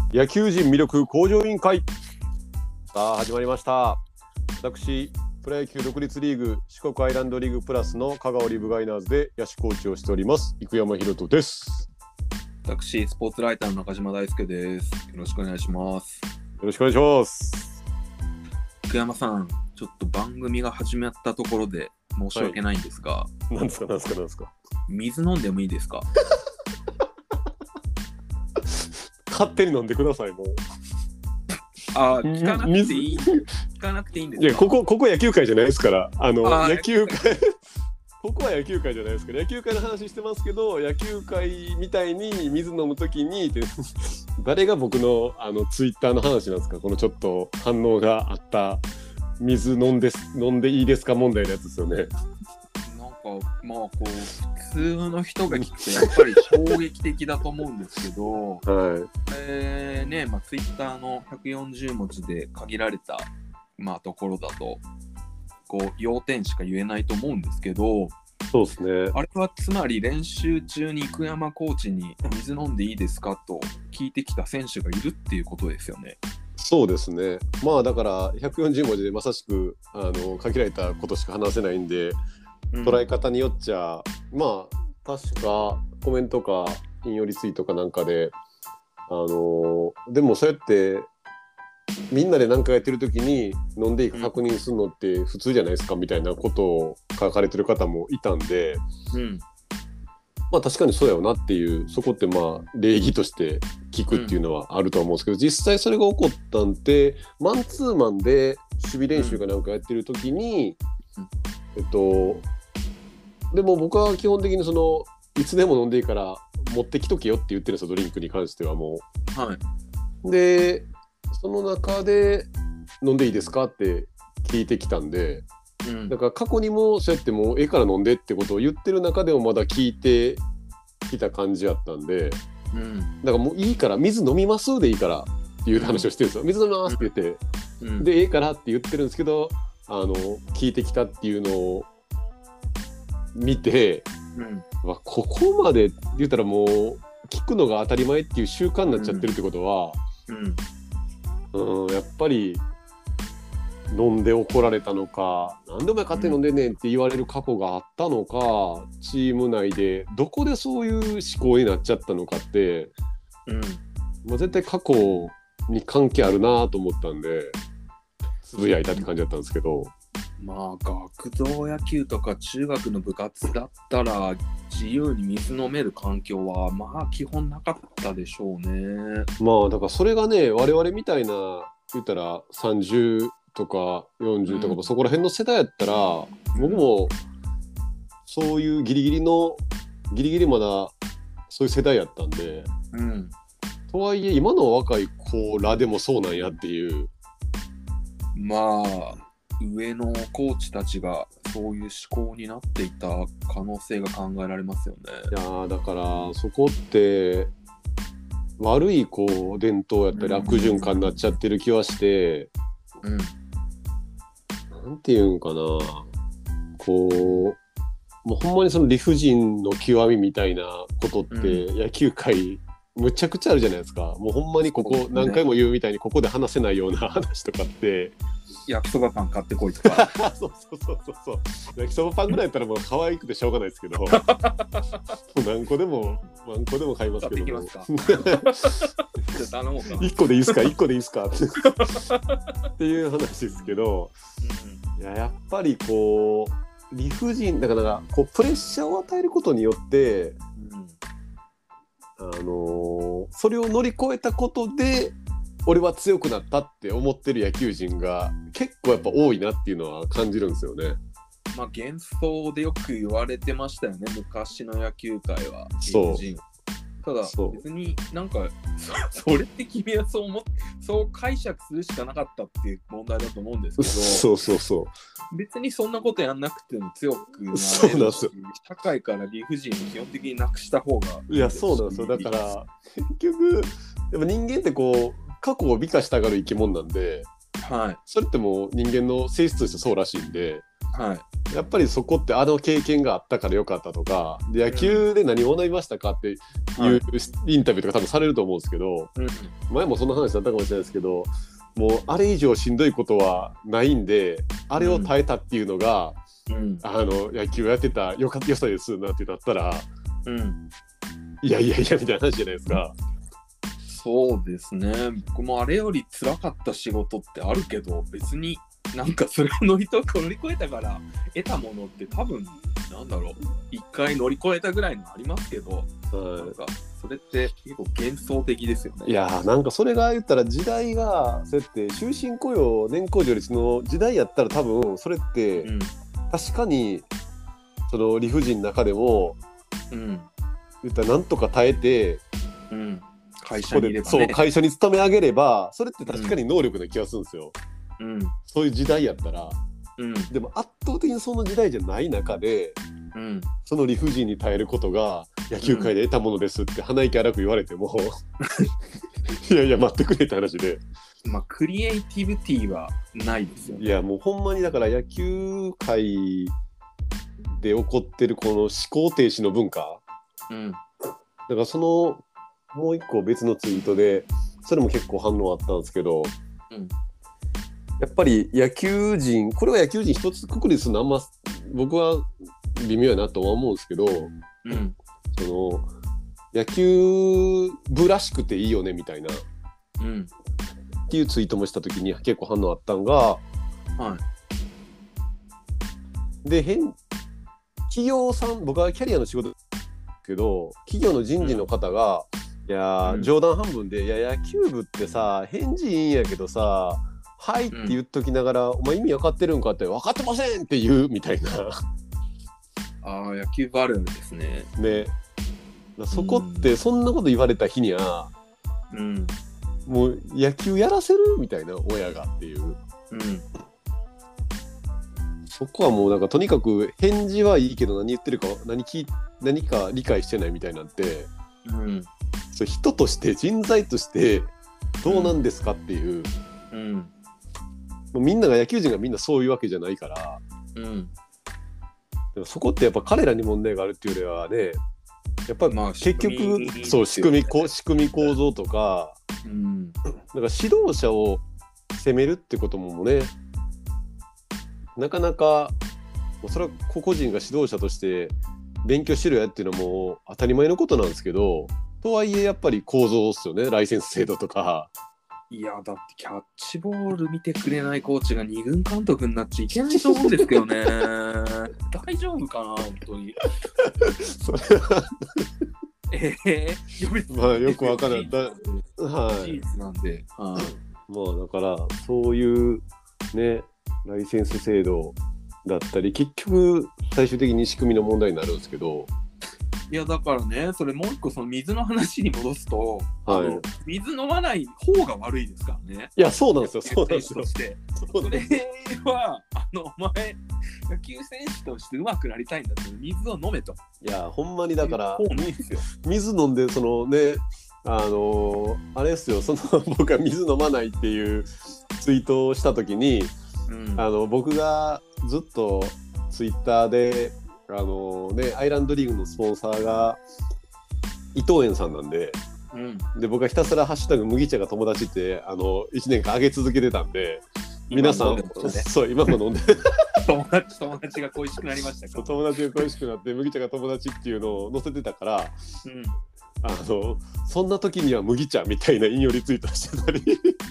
野球人魅力向上委員会、さあ始まりました。私プロ野球独立リーグ四国アイランドリーグプラスの香川リブガイナーズで野手コーチをしております生山博人です。 私スポーツライターの中島大輔です。よろしくお願いします。 よろしくお願いします。 生山さん、ちょっと番組が始まったところで申し訳ないんですが、 なんですか水飲んでもいいですか？ 勝手に飲んでください。もう聞かなくていい聞かなくていいんですか？ いや、ここ野球界じゃないですから。野球界ここは野球界じゃないですから。野球界の話してますけど、野球界みたいに水飲むときに誰が僕のツイッターの話なんですか？このちょっと反応があった水飲んでいいですか問題のやつですよね。 なんかまあこう普通の人が聞くとやっぱり衝撃的だと思うんですけど、 はい。 ツイッターの140文字で限られたところだとこう要点しか言えないと思うんですけど、 そうですね。 あれはつまり練習中に生山コーチに水飲んでいいですかと聞いてきた選手がいるっていうことですよね。 そうですね。まあだから140文字でまさしく限られたことしか話せないんで、捉え方によっちゃ、まあ確かコメントか引用リツイートかなんかででもそうやってみんなで何かやってる時に飲んでいいか確認するのって普通じゃないですかみたいなことを書かれてる方もいたんで、まあ確かにそうやよなっていう、そこってまあ礼儀として聞くっていうのはあると思うんですけど、実際それが起こったんってマンツーマンで守備練習かなんかやってる時に、でも僕は基本的にいつでも飲んでいいから持ってきとけよって言ってるんですよ、ドリンクに関してはもう。 はい。 でその中で飲んでいいですかって聞いてきたんで、だから過去にもそうやってもうから飲んでってことを言ってる中でもまだ聞いてきた感じやったんで、だからもういいから水飲みますでいいからっていう話をしてるんですよ。水飲みますって言って、でからって言ってるんですけど、聞いてきたっていうのを見て、ここまで言ったらもう聞くのが当たり前っていう習慣になっちゃってるってことは、やっぱり飲んで怒られたのか、なんでお前勝手に飲んでんねんって言われる過去があったのか、チーム内でどこでそういう思考になっちゃったのかって、絶対過去に関係あるなと思ったんでつぶやいたって感じだったんですけど、 学童野球とか中学の部活だったら自由に水飲める環境は基本なかったでしょうね。 だからそれがね、我々みたいな言ったら30とか40とか、そこら辺の世代やったら、僕もそういうギリギリまだそういう世代やったんで、とはいえ今の若い子らでもそうなんやっていう、 上のコーチたちがそういう思考になっていた可能性が考えられますよね。 いやだからそこって悪い伝統やったり悪循環になっちゃってる気はして、なんていうんかな、もうほんまにその理不尽の極みみたいなことって野球界むちゃくちゃあるじゃないですか。もうほんまにここ何回も言うみたいにここで話せないような話とかって焼きそばパン買ってこいとかそう焼きそばパンぐらいやったらもう可愛くてしょうがないですけど何個でも買いますけども、買ってきますかじゃあ頼もうか1個でいいですかっていう話ですけど、やっぱり理不尽だからプレッシャーを与えることによって、それを乗り越えたことで俺は強くなったって思ってる野球人が結構やっぱ多いなっていうのは感じるんですよね。 幻想でよく言われてましたよね、昔の野球界は。ただ別にそれって君はそう解釈するしかなかったっていう問題だと思うんですけど、別にそんなことやんなくても強くなれるし、社会から理不尽を基本的になくした方がいいですし。そうなんですよ。だから結局やっぱ人間って過去を美化したがる生き物なんで、それってもう人間の性質としてそうらしいんで、 やっぱりそこってあの経験があったからよかったとか、で野球で何を学びましたかっていうインタビューとか多分されると思うんですけど、前もそんな話だったかもしれないですけど、もうあれ以上しんどいことはないんで、あれを耐えたっていうのが、野球やってた良さですなんてなったら、いやみたいな話じゃないですか。 そうですね。僕もあれより辛かった仕事ってあるけど、別になんかそれを乗り越えたから得たものって多分なんだろう、一回乗り越えたぐらいのありますけど、なんかそれって結構幻想的ですよね。 いやなんかそれが言ったら時代がそうやって終身雇用年功序列の時代やったら多分それって、確かにその理不尽の中でも、言ったらなんとか耐えて、 会社にいればね、 そう会社に勤め上げればそれって確かに能力な気がするんですよ。そういう時代やったら、でも圧倒的にその時代じゃない中で、その理不尽に耐えることが野球界で得たものですって鼻息荒く言われても、いや待ってくれって話で、 クリエイティビティはないですよね。 いやもうほんまにだから野球界で起こってるこの思考停止の文化、だからそのもう一個別のツイートでそれも結構反応あったんですけど、やっぱり野球人、これは野球人一つくくりするのあんま僕は微妙やなとは思うんですけど、その野球部らしくていいよねみたいな、っていうツイートもした時に結構反応あったんが、で企業さん、僕はキャリアの仕事ですけど、企業の人事の方が、いや冗談半分で、いや野球部ってさ返事いいんやけどさ、はいって言っときながら、お前意味分かってるんかって、分かってませんって言うみたいな。 野球部あるんですね。 ね、そこってそんなこと言われた日には、もう野球やらせるみたいな親がっていう、そこはもうなんかとにかく返事はいいけど何言ってるか何か理解してないみたいなんて、それ人として人材としてどうなんですかっていう、もうみんなが野球人がみんなそういうわけじゃないから、でもそこってやっぱ彼らに問題があるっていうよりはね、やっぱり結局そう仕組み構造とか、なんか指導者を責めるってこともね、なかなかそれは個々人が指導者として勉強してるやっていうのも当たり前のことなんですけど、とはいえやっぱり構造ですよね、ライセンス制度とか。 いやだってキャッチボール見てくれないコーチが2軍監督になっちゃいけないと思うんですけどね。大丈夫かな本当に。 それはまあよくわからない。 事実なんで。 まあだからそういうねライセンス制度だったり、結局最終的に仕組みの問題になるんですけど。 いやだからね、それもう一個その水の話に戻すと、水飲まない方が悪いですからね。 いやそうなんですよ。そうなんですよ。 それはお前野球選手として上手くなりたいんだったら水を飲めと。 いやほんまにだから水飲んでそのね、あれですよ、その僕は水飲まないっていうツイートをした時に、僕がずっとツイッターでアイランドリーグのスポンサーが伊藤園さんなんで、で僕はひたすらハッシュタグ麦茶が友達って1年間上げ続けてたんで、皆さんそう今も飲んで友達が恋しくなりましたか。 友達が恋しくなって麦茶が友達っていうのを載せてたから、そんな時には麦茶みたいな引用リツイートしてたり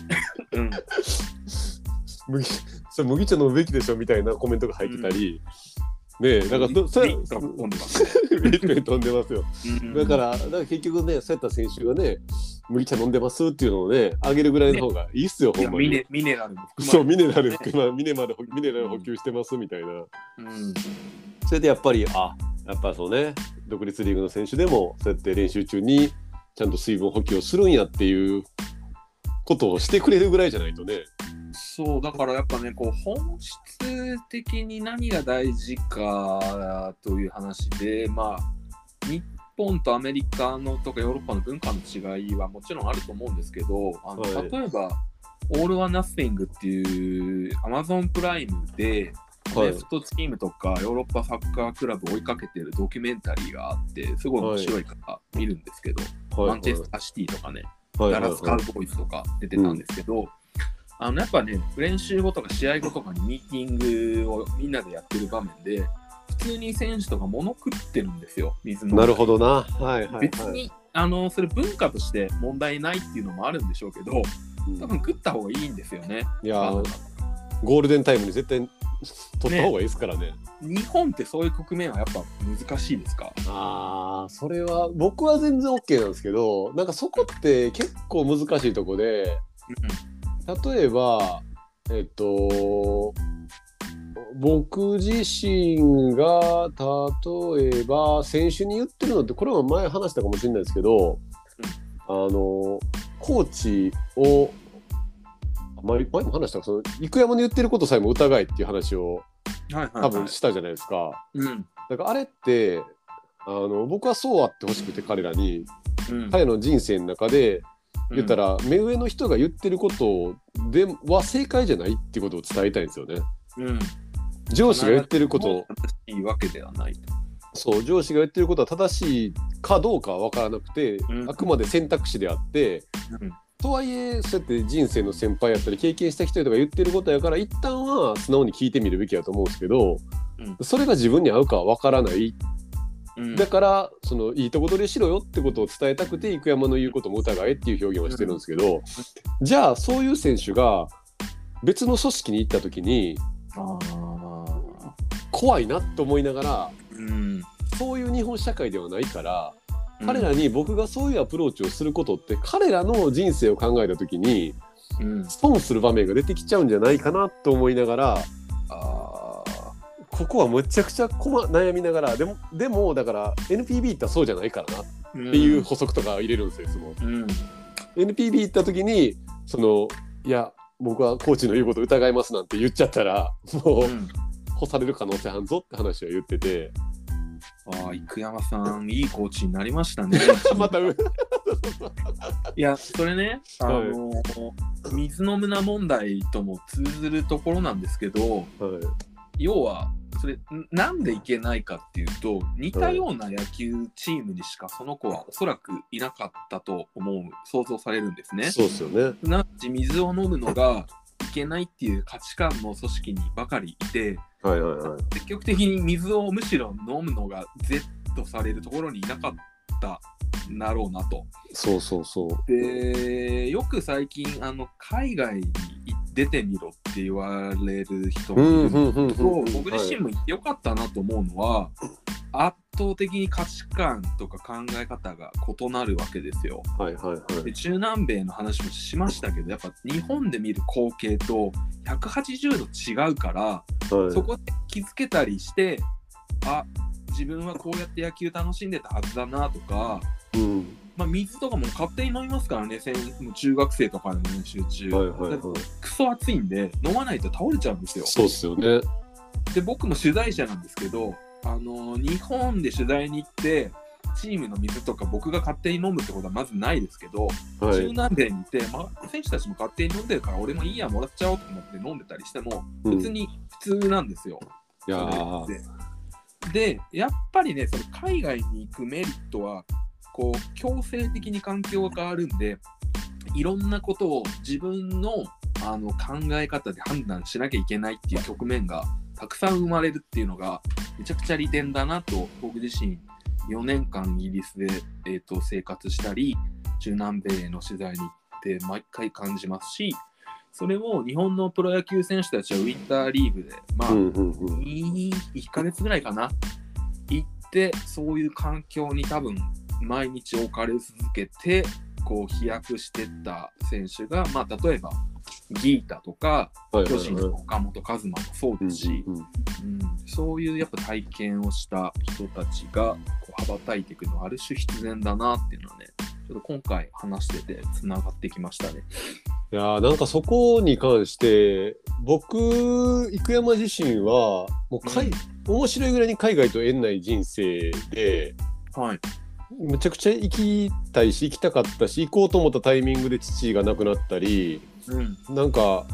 麦茶飲むべきでしょみたいなコメントが入ってたり、ねえ、なんかそれ飛んでますよ。だから結局ね、そうやった選手がね、麦茶飲んでますっていうのをね、あげるぐらいの方がいいっすよ、ほんまに。 ミネラルも含まれて、 そう、ミネラル補給してますみたいな。それでやっぱりやっぱそうね、独立リーグの選手でもそうやって練習中にちゃんと水分補給をするんやっていうことをしてくれるぐらいじゃないとね。 そうだからやっぱね、こう本質的に何が大事かという話で、日本とアメリカのとかヨーロッパの文化の違いはもちろんあると思うんですけど、例えばオール・オア・ナッシングっていう Amazon プライムでアメフトチームとかヨーロッパサッカークラブ追いかけてるドキュメンタリーがあってすごい面白いから見るんですけど、マンチェスターシティとかね、ダラスカウボーイズとか出てたんですけど、やっぱね、練習後とか試合後とかにミーティングをみんなでやってる場面で普通に選手とか物食ってるんですよ、水の。 なるほどな。 別にそれ文化として問題ないっていうのもあるんでしょうけど、多分食った方がいいんですよね。 いやゴールデンタイムに絶対取った方がいいですからね。 日本ってそういう局面はやっぱ難しいですか？ それは僕は全然 OK なんですけど、なんかそこって結構難しいとこで、例えば僕自身が例えば選手に言ってるのって、これも前話したかもしれないですけど、コーチを前も話したその生山の言ってることさえも疑えっていう話を多分したじゃないですか。だからあれって僕はそうあってほしくて、彼らに、彼の人生の中で言ったら、目上の人が言ってることでは正解じゃないってことを伝えたいんですよね。上司が言ってることを正しいわけではない。 そう、上司が言ってることは正しいかどうかは分からなくて、あくまで選択肢であって、とはいえそうやって人生の先輩やったり経験した人とか言ってることやから、一旦は素直に聞いてみるべきだと思うんですけど、それが自分に合うかは分からない、だからそのいいとこ取りしろよってことを伝えたくて、生山の言うことも疑えっていう表現をしてるんですけど、じゃあそういう選手が別の組織に行った時に怖いなと思いながら、そういう日本社会ではないから、彼らに僕がそういうアプローチをすることって、彼らの人生を考えた時に損する場面が出てきちゃうんじゃないかなと思いながら、ここはむちゃくちゃ悩みながら、でもだから NPB ってそうじゃないからなっていう補足とか入れるんですよ、いつも。NPB 行った時にいや僕はコーチの言うこと疑いますなんて言っちゃったら、もう干される可能性あんぞって話は言ってて。 生山さんいいコーチになりましたね。 またいやそれね、水の無駄問題とも通ずるところなんですけど、要はそれなんでいけないかっていうと、似たような野球チームにしかその子はおそらくいなかったと想像されるんですね。 そうですよね。 水を飲むのがいけないっていう価値観の組織にばかりいて、積極的に水をむしろ飲むのが Z されるところにいなかったんだろうなと。でよく最近海外に出てみろって言われる人もいるんですけど、僕自身も行ってよかったなと思うのは、圧倒的に価値観とか考え方が異なるわけですよ。で中南米の話もしましたけど、やっぱ日本で見る光景と180度違うから、そこで気づけたりして、自分はこうやって野球楽しんでたはずだなとか、水とかも勝手に飲みますからね、中学生とかの練習中、クソ暑いんで飲まないと倒れちゃうんですよ。 そうですよね。 で僕も取材者なんですけど、日本で取材に行ってチームの水とか僕が勝手に飲むってことはまずないですけど、中南米にいて、選手たちも勝手に飲んでるから俺もいいやもらっちゃおうと思って飲んでたりしても別に普通なんですよ。でやっぱりね、その海外に行くメリットは強制的に環境が変わるんで、いろんなことを自分の、考え方で判断しなきゃいけないっていう局面がたくさん生まれるっていうのがめちゃくちゃ利点だなと、僕自身4年間イギリスで、生活したり中南米の取材に行って毎回感じますし、それを日本のプロ野球選手たちはウィンターリーグで1ヶ月ぐらいかな行って、そういう環境に多分毎日置かれ続けて飛躍してった選手が、例えばギータとか巨人の岡本和真もそうですし、そういうやっぱ体験をした人たちが羽ばたいていくのはある種必然だなっていうのはね、ちょっと今回話しててつながってきましたね。 いやなんかそこに関して僕生山自身はもう面白いぐらいに海外と縁ない人生で、むちゃくちゃ行きたいし行きたかったし、行こうと思ったタイミングで父が亡くなったり、なんか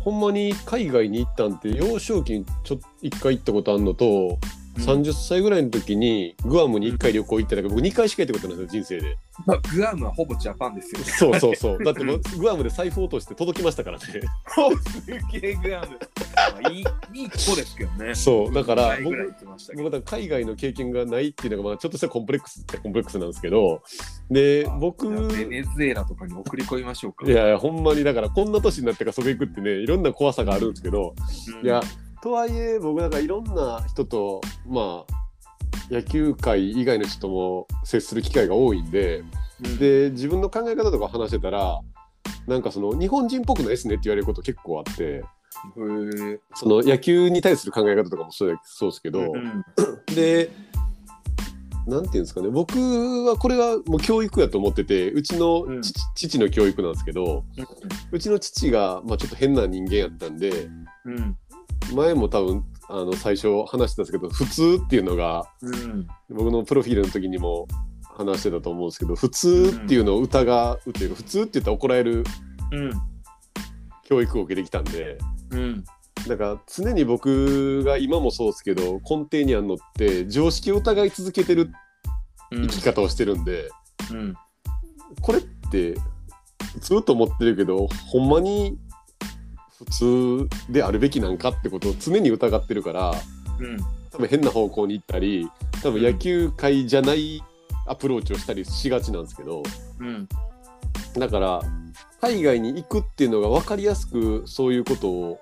ほんまに海外に行ったんって幼少期に1回行ったことあるのと、30歳ぐらいの時にグアムに1回旅行行っただけ、僕2回しか行ったことないんですよ、人生で。 まあ、グアムはほぼジャパンですよね。 そうそうそう。だってもうグアムで財布落として届きましたからね。 すげえグアム。まあ、いいとこですけどね。 そう、だから僕だから海外の経験がないっていうのがまあちょっとしたコンプレックスなんですけど、で僕ベネズエラとかに送り込みましょうか。 いやいやほんまにだからこんな年になってからそこ行くってね、いろんな怖さがあるんですけど、いやとはいえ僕なんかいろんな人とまあ野球界以外の人も接する機会が多いんで、で自分の考え方とか話してたら、なんかその日本人っぽくないですねって言われること結構あって、その野球に対する考え方とかもそうですけど、でなんていうんですかね、僕はこれはもう教育やと思ってて、うちの父の教育なんですけど、うちの父がまあちょっと変な人間やったんで、前も多分最初話してたんですけど、普通っていうのが、僕のプロフィールの時にも話してたと思うんですけど、普通っていうのを疑うというか、普通って言ったら怒られる教育を受けてきたんで、だから常に僕が今もそうですけど根底にあるのって常識を疑い続けてる生き方をしてるんで、これって普通と思ってるけどほんまに普通であるべきなんかってことを常に疑ってるから、多分変な方向に行ったり、多分野球界じゃないアプローチをしたりしがちなんですけど、だから海外に行くっていうのが分かりやすくそういうことを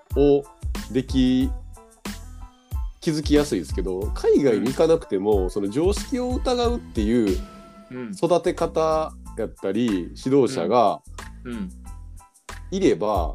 気づきやすいですけど、海外に行かなくてもその常識を疑うっていう育て方やったり指導者がいれば、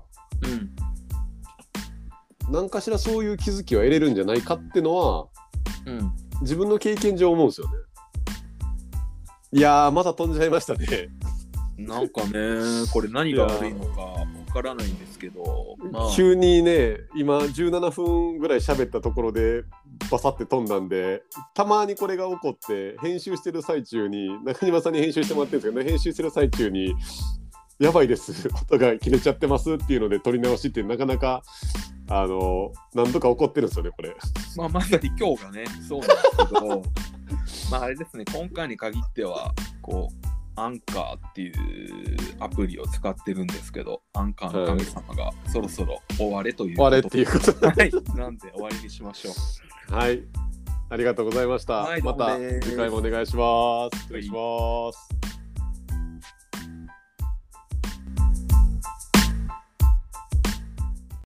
何かしらそういう気づきは得れるんじゃないかってのは、自分の経験上思うんですよね。いやーまた飛んじゃいましたね。 なんかね、これ何が悪いのかわからないんですけど、 急にね、今17分ぐらい喋ったところでバサって飛んだんで、たまにこれが起こって編集してる最中に、中島さんに編集してもらってるんですけど、ね、編集してる最中にやばいです音が切れちゃってますっていうので撮り直しってなかなか何度か起こってるんですよねこれ。 まさに今日がねそうなんですけどまああれですね、今回に限ってはこうアンカーっていうアプリを使ってるんですけど、アンカーの神様がそろそろ終われということで、 終われっていうことはい、なんで終わりにしましょう。はい、ありがとうございました。また次回もお願いします。失礼します。